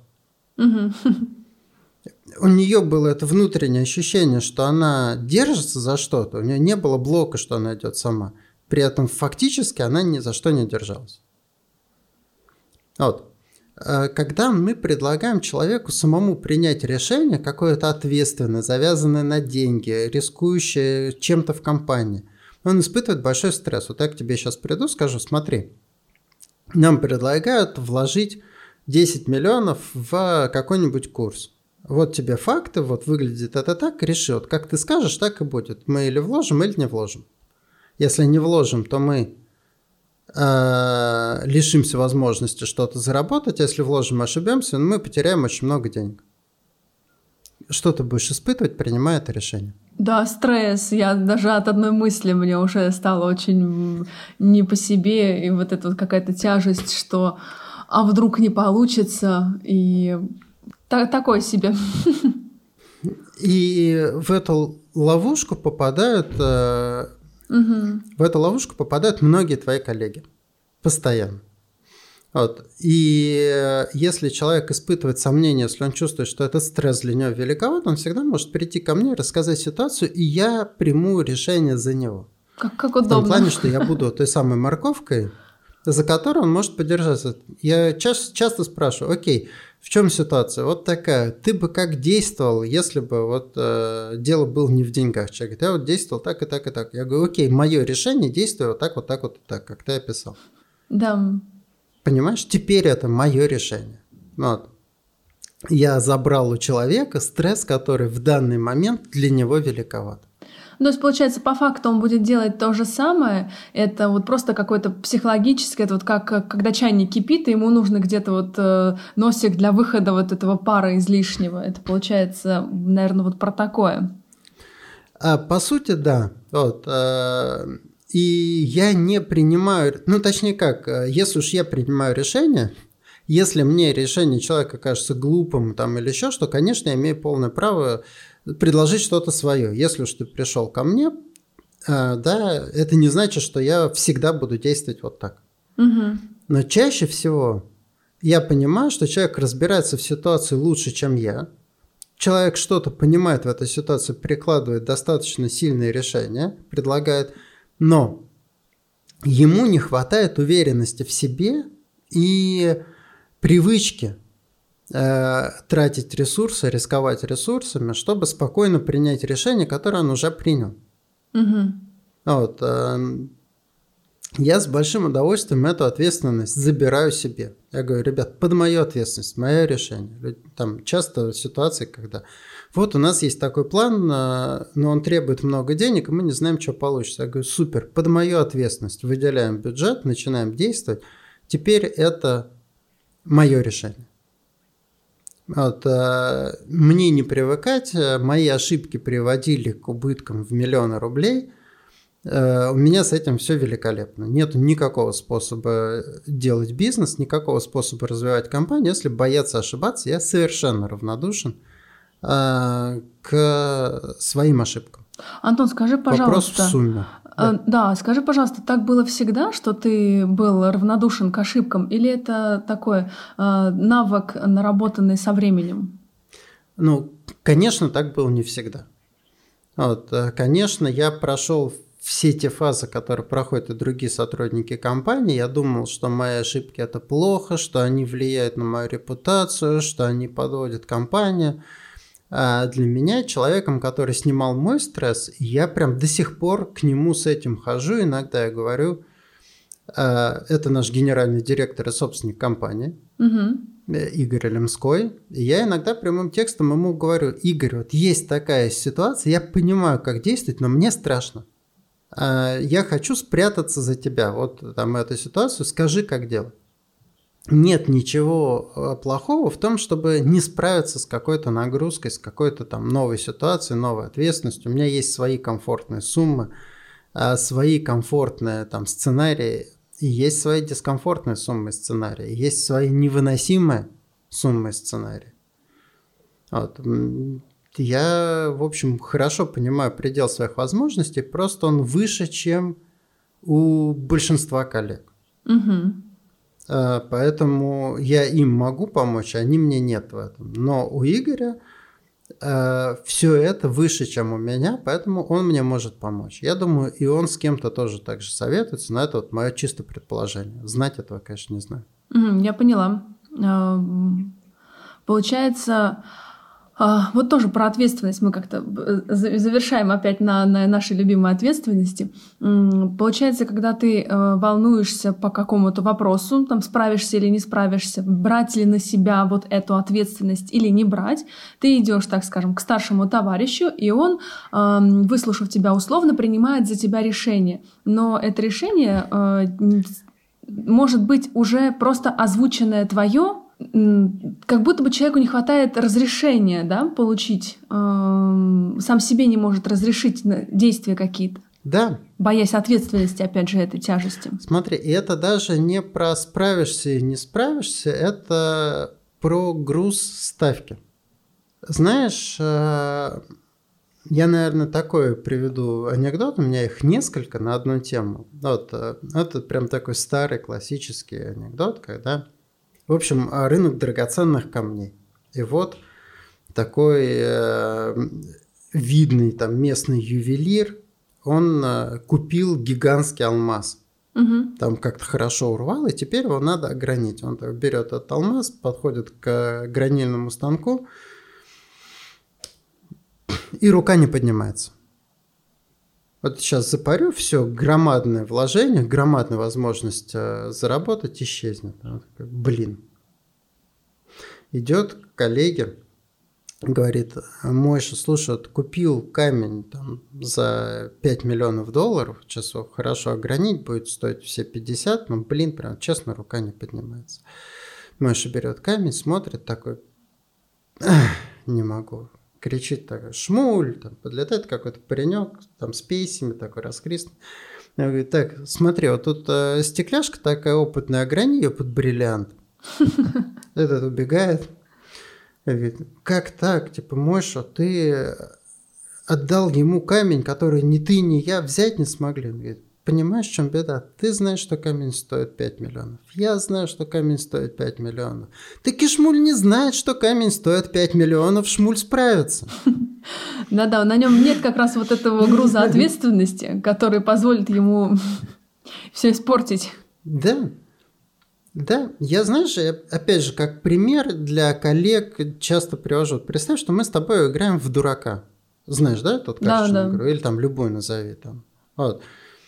У нее было это внутреннее ощущение, что она держится за что-то. У нее не было блока, что она идет сама. При этом фактически она ни за что не держалась. Вот. Когда мы предлагаем человеку самому принять решение, какое-то ответственное, завязанное на деньги, рискующее чем-то в компании, он испытывает большой стресс. Вот я к тебе сейчас приду, скажу, смотри, нам предлагают вложить 10 миллионов в какой-нибудь курс. Вот тебе факты, вот выглядит это так, реши. Вот как ты скажешь, так и будет. Мы или вложим, или не вложим. Если не вложим, то мы лишимся возможности что-то заработать. Если вложим, ошибемся, мы потеряем очень много денег. Что ты будешь испытывать, принимая это решение? Да, стресс. Я даже от одной мысли мне уже стало очень не по себе. И вот эта вот какая-то тяжесть, что а вдруг не получится. И такое себе. И в эту ловушку попадают многие твои коллеги. Постоянно. Вот. И если человек испытывает сомнения, если он чувствует, что этот стресс для него великоват, он всегда может прийти ко мне, рассказать ситуацию, и я приму решение за него. Как удобно. В том плане, что я буду той самой морковкой, за которой он может подержаться. Я часто спрашиваю, окей, в чем ситуация? Вот такая. Ты бы как действовал, если бы вот дело было не в деньгах? Человек говорит, я вот действовал так и так и так. Я говорю, окей, мое решение, действую вот так, вот так, вот так, как ты описал. Да. Понимаешь, теперь это мое решение. Вот. Я забрал у человека стресс, который в данный момент для него великоват. То есть, получается, по факту он будет делать то же самое. Это вот просто какой-то психологический, это вот как когда чайник кипит, и ему нужно где-то вот носик для выхода вот этого пара излишнего. Это получается, наверное, вот про такое. По сути, да. Вот. И я не принимаю, точнее как, если уж я принимаю решение, если мне решение человека кажется глупым там, или еще что, конечно, я имею полное право предложить что-то свое. Если уж ты пришел ко мне, да, это не значит, что я всегда буду действовать вот так. Но чаще всего я понимаю, что человек разбирается в ситуации лучше, чем я. Человек что-то понимает в этой ситуации, прикладывает достаточно сильные решения, предлагает, но ему не хватает уверенности в себе и привычки тратить ресурсы, рисковать ресурсами, чтобы спокойно принять решение, которое он уже принял. Вот. Я с большим удовольствием эту ответственность забираю себе. Я говорю, ребят, под мою ответственность, мое решение. Там часто ситуации, когда вот у нас есть такой план, но он требует много денег, и мы не знаем, что получится. Я говорю, супер, под мою ответственность выделяем бюджет, начинаем действовать. Теперь это мое решение. Вот, мне не привыкать, мои ошибки приводили к убыткам в миллионы рублей. У меня с этим все великолепно. Нет никакого способа делать бизнес, никакого способа развивать компанию. Если бояться ошибаться, я совершенно равнодушен к своим ошибкам. Антон, скажи, пожалуйста. Вопрос в сумме. Да, скажи, пожалуйста, так было всегда, что ты был равнодушен к ошибкам, или это такой навык, наработанный со временем? Конечно, так было не всегда. Вот, конечно, я прошел все те фазы, которые проходят и другие сотрудники компании, я думал, что мои ошибки – это плохо, что они влияют на мою репутацию, что они подводят компанию. А для меня, человеком, который снимал мой стресс, я прям до сих пор к нему с этим хожу. Иногда я говорю, это наш генеральный директор и собственник компании, Игорь Лемской. И я иногда прямым текстом ему говорю: Игорь, вот есть такая ситуация, я понимаю, как действовать, но мне страшно. Я хочу спрятаться за тебя. Вот там эту ситуацию, скажи, как делать. Нет ничего плохого в том, чтобы не справиться с какой-то нагрузкой, с какой-то там новой ситуацией, новой ответственностью. У меня есть свои комфортные суммы, свои комфортные там сценарии, и есть свои дискомфортные суммы и сценарии, есть свои невыносимые суммы и сценарии. Вот. Я, в общем, хорошо понимаю предел своих возможностей, просто он выше, чем у большинства коллег. Поэтому я им могу помочь, а они мне нет в этом. Но у Игоря все это выше, чем у меня, поэтому он мне может помочь. Я думаю, и он с кем-то тоже так же советуется, но это вот мое чистое предположение. Знать этого, конечно, не знаю. Я поняла. Получается, вот тоже про ответственность мы как-то завершаем опять на нашей любимой ответственности. Получается, когда ты волнуешься по какому-то вопросу, там справишься или не справишься, брать ли на себя вот эту ответственность или не брать, ты идешь, так скажем, к старшему товарищу, и он, выслушав тебя условно, принимает за тебя решение. Но это решение может быть уже просто озвученное твое, как будто бы человеку не хватает разрешения, да, получить, сам себе не может разрешить действия какие-то. Да. Боясь ответственности, опять же, этой тяжести. Смотри, и это даже не про справишься и не справишься, это про груз ставки. Знаешь, я, наверное, такой приведу анекдот, у меня их несколько на одну тему. Вот, это прям такой старый классический анекдот, когда... В общем, рынок драгоценных камней. И вот такой видный там местный ювелир, он купил гигантский алмаз. Там как-то хорошо урвал, и теперь его надо огранить. Он так берет этот алмаз, подходит к гранильному станку, и рука не поднимается. Вот сейчас запарю, все, громадное вложение, громадная возможность заработать исчезнет. Блин. Идет к коллеге, говорит: Мойша, слушай, вот купил камень там за $5 миллионов, сейчас его хорошо огранить, будет стоить все 50, но, блин, прям честно, рука не поднимается. Мойша берет камень, смотрит такой: не могу. Кричит такой: шмуль, там подлетает какой-то паренек, там с пейсами такой раскрестный. Я говорю: так, смотри, вот тут стекляшка такая опытная, ограни ее под бриллиант. Этот убегает. Говорит: как так? Типа, Мойша, ты отдал ему камень, который ни ты, ни я взять не смогли. Он говорит: понимаешь, в чем беда? Ты знаешь, что камень стоит 5 миллионов. Я знаю, что камень стоит 5 миллионов. Так и Шмуль не знает, что камень стоит 5 миллионов. Шмуль справится. Да-да, на нем нет как раз вот этого груза ответственности, который позволит ему все испортить. Да. Да, я, знаешь, опять же, как пример для коллег часто привожу. Представь, что мы с тобой играем в дурака. Знаешь, да, тот карточную игру? Или там любую назови. Там. Вот.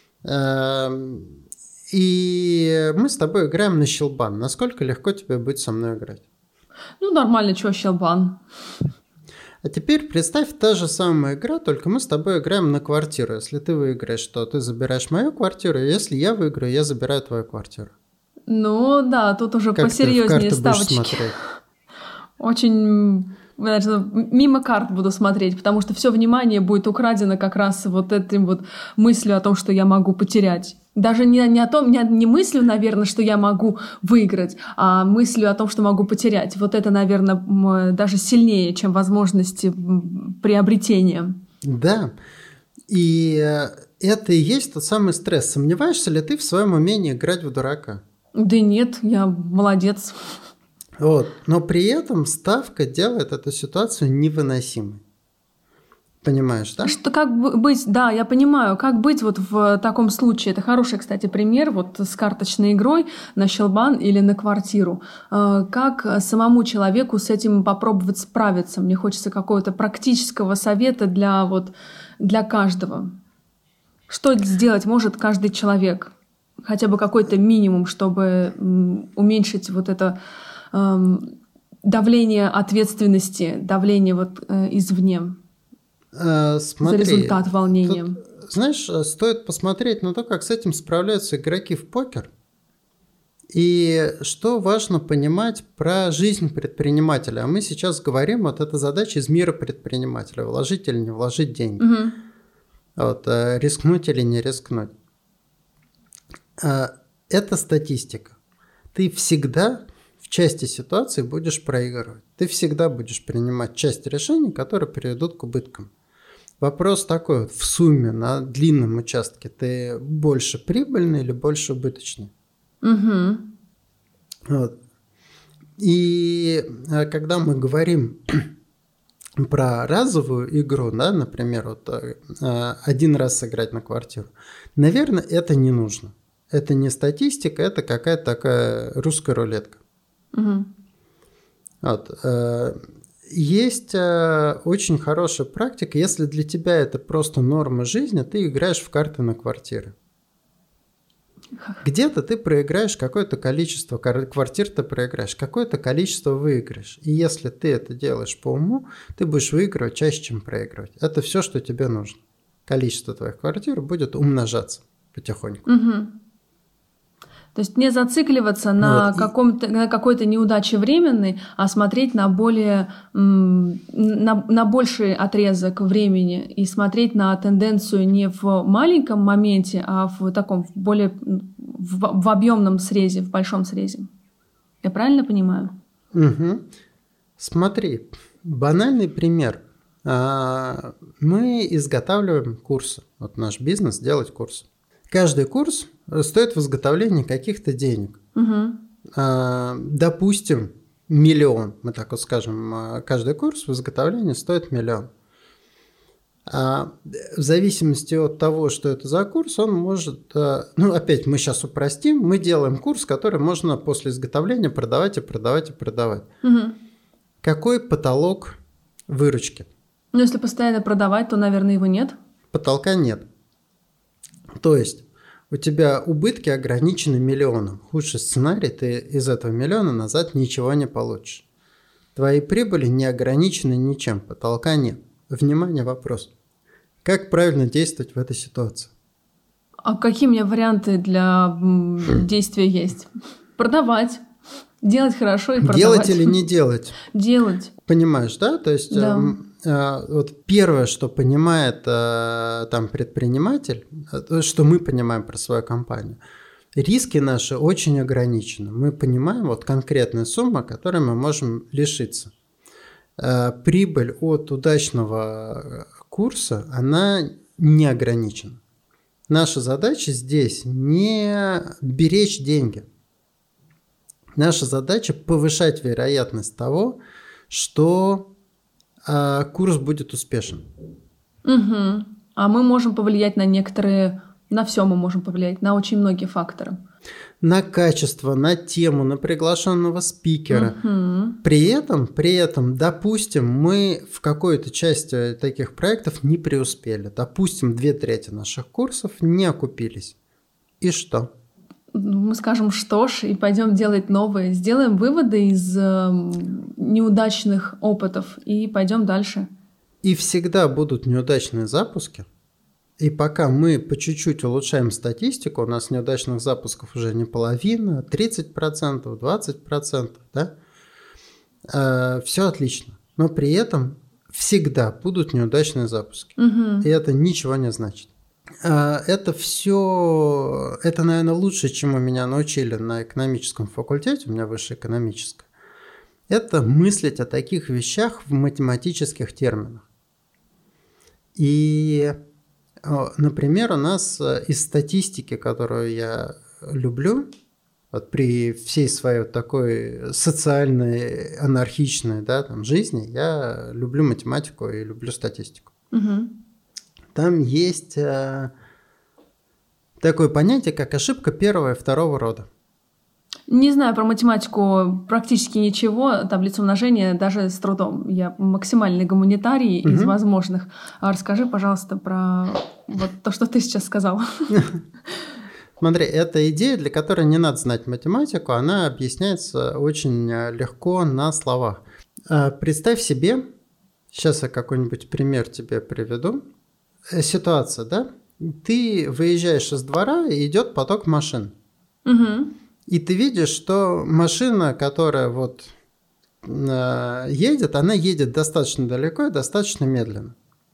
И мы с тобой играем на щелбан. Насколько легко тебе будет со мной играть? Ну, нормально, чего щелбан. А теперь представь, та же самая игра, только мы с тобой играем на квартиру. Если ты выиграешь, то ты забираешь мою квартиру, и если я выиграю, я забираю твою квартиру. Ну да, тут уже как посерьезнее ставочки. Очень... мимо карт буду смотреть, потому что все внимание будет украдено как раз вот этим вот мыслью о том, что я могу потерять. Даже не мыслью, наверное, что я могу выиграть, а мыслью о том, что могу потерять. Вот это, наверное, даже сильнее, чем возможности приобретения. Да, и это и есть тот самый стресс. Сомневаешься ли ты в своем умении играть в дурака? Да нет, я молодец. Вот. Но при этом ставка делает эту ситуацию невыносимой. Понимаешь, да? Что как быть, да, я понимаю, как быть вот в таком случае. Это хороший, кстати, пример вот с карточной игрой на щелбан или на квартиру. Как самому человеку с этим попробовать справиться? Мне хочется какого-то практического совета для каждого. Что сделать может каждый человек? Хотя бы какой-то минимум, чтобы уменьшить вот это давление ответственности, давление вот извне. Смотри, за результат волнения. Тут, знаешь, стоит посмотреть на то, как с этим справляются игроки в покер. И что важно понимать про жизнь предпринимателя. А мы сейчас говорим, вот это задача из мира предпринимателя. Вложить или не вложить деньги. Угу. Вот, рискнуть или не рискнуть. Это статистика. Ты всегда в части ситуации будешь проигрывать. Ты всегда будешь принимать часть решений, которые приведут к убыткам. Вопрос такой, вот, в сумме на длинном участке ты больше прибыльный или больше убыточный? Угу. Вот. И когда мы говорим про разовую игру, да, например, вот, один раз сыграть на квартиру, наверное, это не нужно. Это не статистика, это какая-то такая русская рулетка. Угу. Вот. Есть очень хорошая практика, если для тебя это просто норма жизни, ты играешь в карты на квартиры. Где-то ты проиграешь какое-то количество квартир, ты проиграешь, какое-то количество выиграешь. И если ты это делаешь по уму, ты будешь выигрывать чаще, чем проигрывать. Это все, что тебе нужно. Количество твоих квартир будет умножаться потихоньку. Угу. То есть не зацикливаться на какой-то неудаче временной, а смотреть на больший отрезок времени и смотреть на тенденцию не в маленьком моменте, а в таком в объемном срезе, в большом срезе. Я правильно понимаю? Угу. Смотри, банальный пример. Мы изготавливаем курсы. Вот наш бизнес делать курсы. Каждый курс стоит в изготовлении каких-то денег. Угу. Допустим, 1 миллион. Мы так вот скажем, каждый курс в изготовлении стоит 1 миллион. В зависимости от того, что это за курс, он может... опять мы сейчас упростим. Мы делаем курс, который можно после изготовления продавать и продавать и продавать. Угу. Какой потолок выручки? Ну, если постоянно продавать, то, наверное, его нет. Потолка нет. То есть у тебя убытки ограничены 1 миллионом. Худший сценарий, ты из этого 1 миллиона назад ничего не получишь. Твои прибыли не ограничены ничем, потолка нет. Внимание, вопрос. Как правильно действовать в этой ситуации? А какие у меня варианты для действия есть? Продавать. Делать хорошо и продавать. Делать или не делать? Делать. Понимаешь, да? То есть вот первое, что понимает там предприниматель, что мы понимаем про свою компанию, риски наши очень ограничены. Мы понимаем вот конкретную сумму, которой мы можем лишиться. Прибыль от удачного курса, она не ограничена. Наша задача здесь не беречь деньги. Наша задача повышать вероятность того, что курс будет успешен. Угу. А мы можем повлиять на все мы можем повлиять, на очень многие факторы. На качество, на тему, на приглашенного спикера. Угу. При этом, допустим, мы в какой-то части таких проектов не преуспели. Допустим, 2/3 наших курсов не окупились. И что? Мы скажем, что ж, и пойдем делать новые. Сделаем выводы из неудачных опытов и пойдем дальше. И всегда будут неудачные запуски. И пока мы по чуть-чуть улучшаем статистику, у нас неудачных запусков уже не половина, 30%, 20%, да? Все отлично. Но при этом всегда будут неудачные запуски. Угу. И это ничего не значит. Это все, это, наверное, лучше, чему меня научили на экономическом факультете, у меня высшее экономическое. Это мыслить о таких вещах в математических терминах. И, например, у нас из статистики, которую я люблю, вот при всей своей вот такой социальной, анархичной, да, там, жизни, я люблю математику и люблю статистику. Угу. Там есть такое понятие, как ошибка первого и второго рода. Не знаю про математику практически ничего, таблицу умножения даже с трудом. Я максимальный гуманитарий из возможных. Расскажи, пожалуйста, про вот то, что ты сейчас сказала. Смотри, это идея, для которой не надо знать математику, она объясняется очень легко на словах. Представь себе, сейчас я какой-нибудь пример тебе приведу. Ситуация, да? Ты выезжаешь из двора, и идет поток машин. Угу. И ты видишь, что машина, которая вот едет, она едет достаточно далеко и достаточно медленно.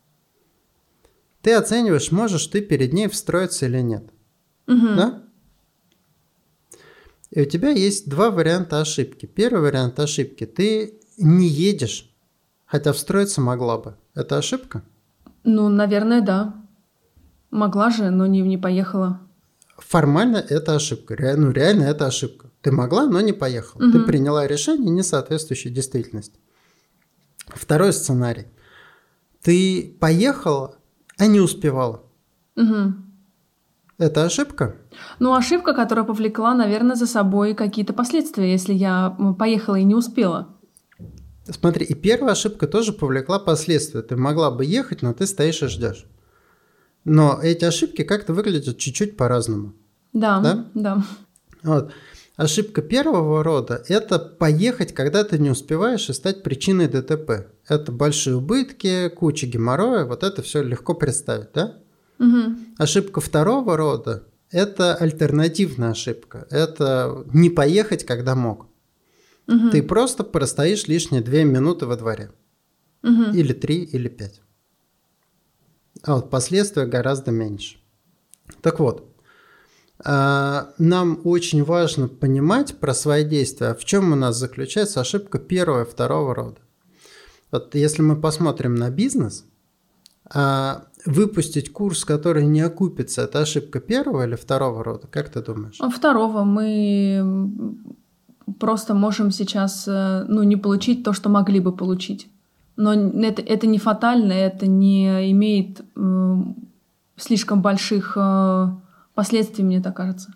Ты оцениваешь, можешь ты перед ней встроиться или нет. Угу. Да? И у тебя есть два варианта ошибки. Первый вариант ошибки – ты не едешь, хотя встроиться могла бы. Это ошибка? Ну, наверное, да. Могла же, но не поехала. Формально это ошибка. Реально это ошибка. Ты могла, но не поехала. Ты приняла решение, не соответствующее действительности. Второй сценарий. Ты поехала, а не успевала. Угу. Это ошибка? Ну, ошибка, которая повлекла, наверное, за собой какие-то последствия, если я поехала и не успела. Смотри, и первая ошибка тоже повлекла последствия. Ты могла бы ехать, но ты стоишь и ждешь. Но эти ошибки как-то выглядят чуть-чуть по-разному. Да. Вот. Ошибка первого рода – это поехать, когда ты не успеваешь, и стать причиной ДТП. Это большие убытки, куча геморроя, вот это все легко представить, да? Угу. Ошибка второго рода – это альтернативная ошибка. Это не поехать, когда мог. Угу. Ты просто простоишь лишние 2 минуты во дворе. Угу. Или 3, или 5. А вот последствия гораздо меньше. Так вот, нам очень важно понимать про свои действия, в чем у нас заключается ошибка первого и второго рода. Вот если мы посмотрим на бизнес, выпустить курс, который не окупится, это ошибка первого или второго рода? Как ты думаешь? Второго. Мы просто можем сейчас не получить то, что могли бы получить. Но это не фатально, это не имеет слишком больших последствий, мне так кажется.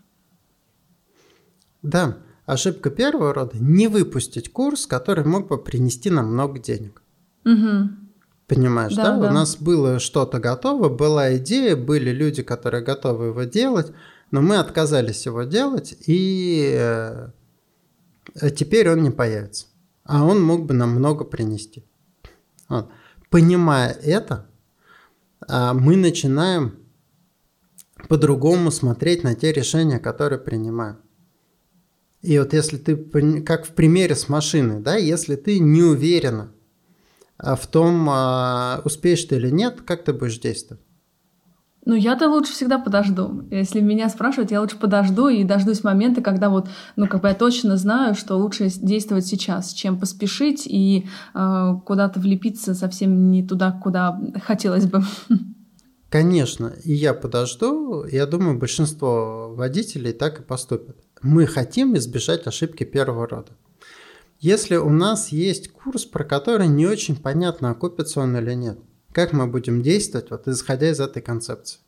Да, ошибка первого рода – не выпустить курс, который мог бы принести нам много денег. Угу. Понимаешь, да? Да. У нас было что-то готово, была идея, были люди, которые готовы его делать, но мы отказались его делать, и теперь он не появится. А он мог бы нам много принести. Вот. Понимая это, мы начинаем по-другому смотреть на те решения, которые принимаем. И вот если ты, как в примере с машиной, да, если ты не уверена в том, успеешь ты или нет, как ты будешь действовать? Ну, я-то лучше всегда подожду. Если меня спрашивают, я лучше подожду и дождусь момента, когда я точно знаю, что лучше действовать сейчас, чем поспешить и куда-то влепиться совсем не туда, куда хотелось бы. Конечно, и я подожду. Я думаю, большинство водителей так и поступят. Мы хотим избежать ошибки первого рода. Если у нас есть курс, про который не очень понятно, окупится он или нет, как мы будем действовать, вот исходя из этой концепции?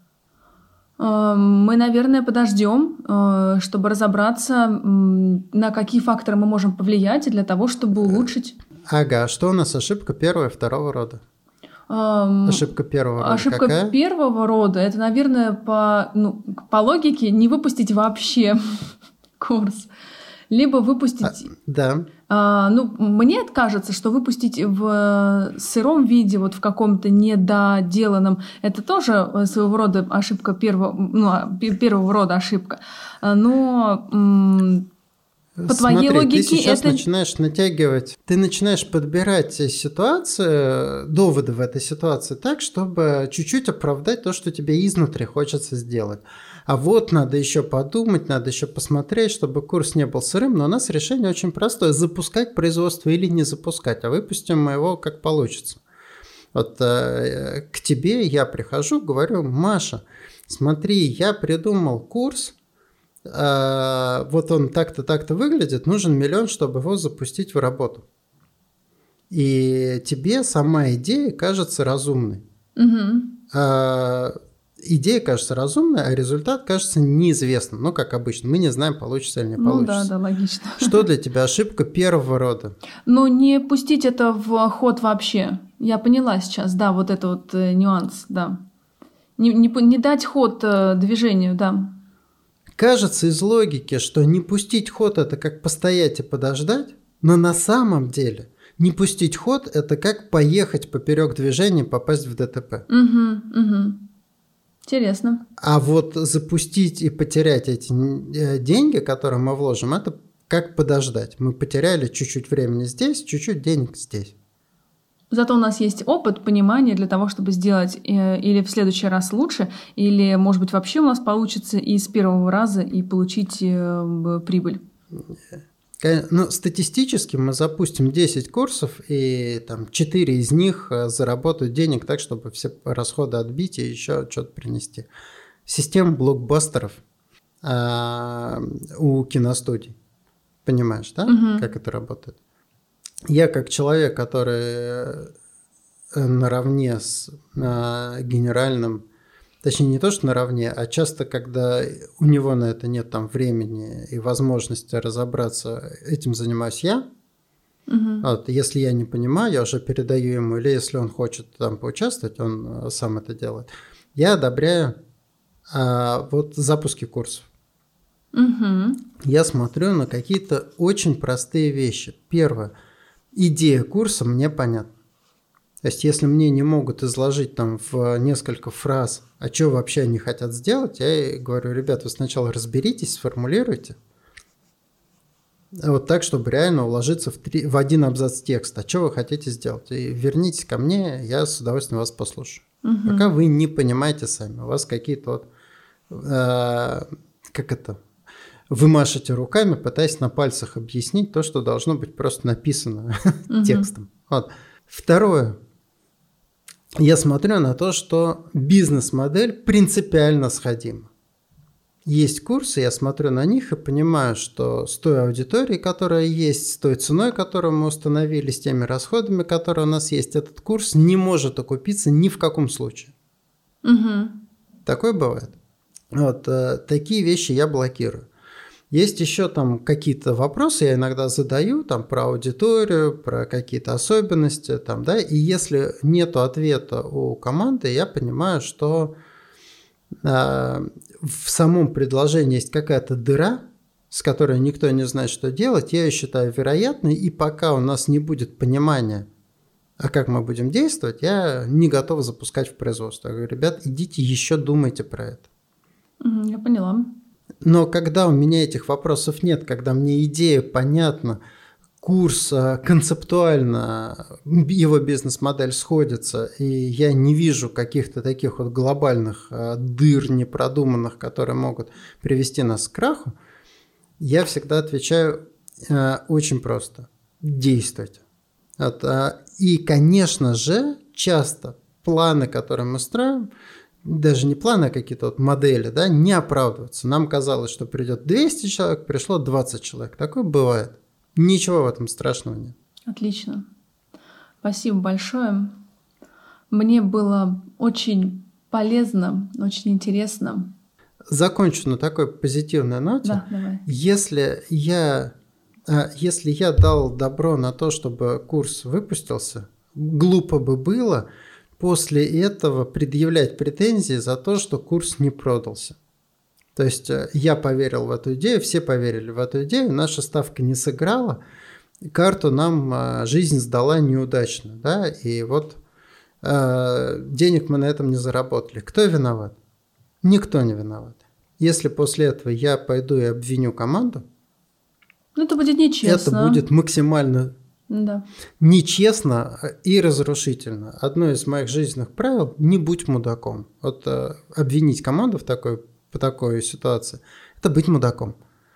Мы, наверное, подождем, чтобы разобраться, на какие факторы мы можем повлиять для того, чтобы улучшить. Ага, что у нас ошибка первого и второго рода? Ошибка первого рода Ошибка какая? первого рода – это, наверное, по логике не выпустить вообще курс. Либо выпустить… Да. Мне кажется, что выпустить в сыром виде, вот в каком-то недоделанном, это тоже своего рода ошибка первого рода ошибка. Но по твоей логике ты сейчас это… начинаешь натягивать, ты начинаешь подбирать ситуацию, доводы в этой ситуации так, чтобы чуть-чуть оправдать то, что тебе изнутри хочется сделать. А вот надо еще подумать, надо еще посмотреть, чтобы курс не был сырым. Но у нас решение очень простое: запускать производство или не запускать, а выпустим мы его как получится. Вот к тебе я прихожу, говорю: Маша, смотри, я придумал курс, вот он так-то, так-то выглядит, нужен 1 000 000, чтобы его запустить в работу. И тебе сама идея кажется разумной. Идея кажется разумной, а результат кажется неизвестным. Ну, как обычно, мы не знаем, получится или не получится. Ну да, логично. Что для тебя ошибка первого рода? Ну, не пустить это в ход вообще. Я поняла сейчас, да, вот это вот нюанс, да. Не дать ход движению, да. Кажется из логики, что не пустить ход – это как постоять и подождать, но на самом деле не пустить ход – это как поехать поперек движения и попасть в ДТП. Интересно. А вот запустить и потерять эти деньги, которые мы вложим, это как подождать. Мы потеряли чуть-чуть времени здесь, чуть-чуть денег здесь. Зато у нас есть опыт, понимание для того, чтобы сделать или в следующий раз лучше, или, может быть, вообще у нас получится и с первого раза и получить прибыль. Ну, статистически мы запустим 10 курсов, и там 4 из них заработают денег так, чтобы все расходы отбить и еще что-то принести. Система блокбастеров у киностудий. Понимаешь, да, как это работает? Я как человек, который наравне с генеральным, точнее не то, что наравне, а часто, когда у него на это нет там времени и возможности разобраться, этим занимаюсь я. Вот, если я не понимаю, я уже передаю ему, или если он хочет там поучаствовать, он сам это делает. Я одобряю вот запуски курсов. Я смотрю на какие-то очень простые вещи. Первое. Идея курса мне понятна. То есть, если мне не могут изложить там в несколько фраз, а что вообще они хотят сделать, я говорю: ребят, вы сначала разберитесь, сформулируйте. Вот так, чтобы реально уложиться в один абзац текста. А что вы хотите сделать? И вернитесь ко мне, я с удовольствием вас послушаю. Пока вы не понимаете сами, у вас какие-то вот... как это... Вы машете руками, пытаясь на пальцах объяснить то, что должно быть просто написано текстом. Вот. Второе. Я смотрю на то, что бизнес-модель принципиально сходима. Есть курсы, я смотрю на них и понимаю, что с той аудиторией, которая есть, с той ценой, которую мы установили, с теми расходами, которые у нас есть, этот курс не может окупиться ни в каком случае. Такое бывает. Вот такие вещи я блокирую. Есть еще там какие-то вопросы, я иногда задаю там про аудиторию, про какие-то особенности, там, да, и если нет ответа у команды, я понимаю, что в самом предложении есть какая-то дыра, с которой никто не знает, что делать, я ее считаю вероятной, и пока у нас не будет понимания, а как мы будем действовать, я не готов запускать в производство. Я говорю: ребят, идите еще думайте про это. Я поняла. Но когда у меня этих вопросов нет, когда мне идея понятна, курс концептуально, его бизнес-модель сходится, и я не вижу каких-то таких вот глобальных дыр непродуманных, которые могут привести нас к краху, я всегда отвечаю очень просто: действуйте. И, конечно же, часто планы, которые мы строим, даже не планы, а какие-то вот модели, да, не оправдываются. Нам казалось, что придет 200 человек, пришло 20 человек. Такое бывает. Ничего в этом страшного нет. Отлично. Спасибо большое. Мне было очень полезно, очень интересно. Закончу на такой позитивной ноте. Да, давай. Если я дал добро на то, чтобы курс выпустился, глупо бы было после этого предъявлять претензии за то, что курс не продался. То есть я поверил в эту идею, все поверили в эту идею, наша ставка не сыграла, карту нам жизнь сдала неудачно, да, и вот денег мы на этом не заработали. Кто виноват? Никто не виноват. Если после этого я пойду и обвиню команду, это будет нечестно. Это будет максимально нечестно и разрушительно. Одно из моих жизненных правил – не будь мудаком. Вот обвинить команду по такой ситуации – это быть мудаком.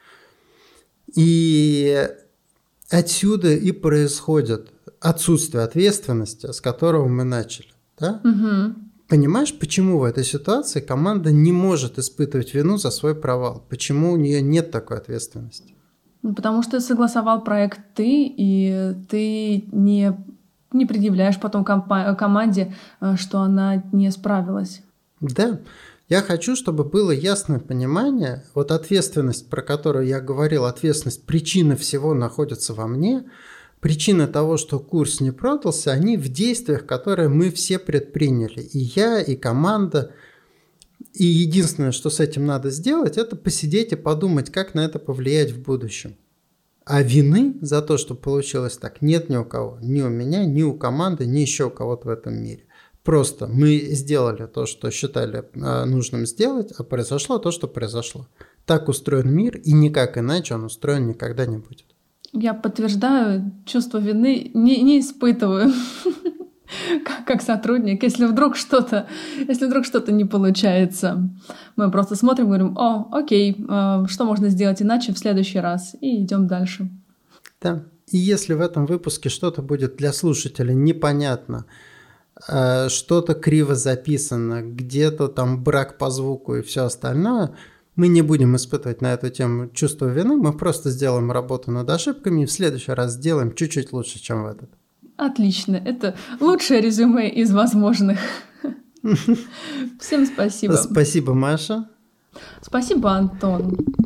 И отсюда и происходит отсутствие ответственности, с которого мы начали. Да? Понимаешь, почему в этой ситуации команда не может испытывать вину за свой провал? Почему у нее нет такой ответственности? Потому что согласовал проект ты, и ты не не предъявляешь потом команде, что она не справилась. Да. Я хочу, чтобы было ясное понимание, вот ответственность, про которую я говорил, ответственность, причины всего находятся во мне, причины того, что курс не продался, они в действиях, которые мы все предприняли, и я, и команда. И единственное, что с этим надо сделать, это посидеть и подумать, как на это повлиять в будущем. А вины за то, что получилось так, нет ни у кого, ни у меня, ни у команды, ни еще у кого-то в этом мире. Просто мы сделали то, что считали нужным сделать, а произошло то, что произошло. Так устроен мир, и никак иначе он устроен никогда не будет. Я подтверждаю, чувство вины не испытываю как сотрудник. Если вдруг что-то не получается, мы просто смотрим и говорим: окей, что можно сделать иначе в следующий раз, и идем дальше. Да. И если в этом выпуске что-то будет для слушателя непонятно, что-то криво записано, где-то там брак по звуку и все остальное, мы не будем испытывать на эту тему чувство вины, мы просто сделаем работу над ошибками и в следующий раз сделаем чуть-чуть лучше, чем в этот. Отлично, это лучшее резюме из возможных. Всем спасибо. Спасибо, Маша. Спасибо, Антон.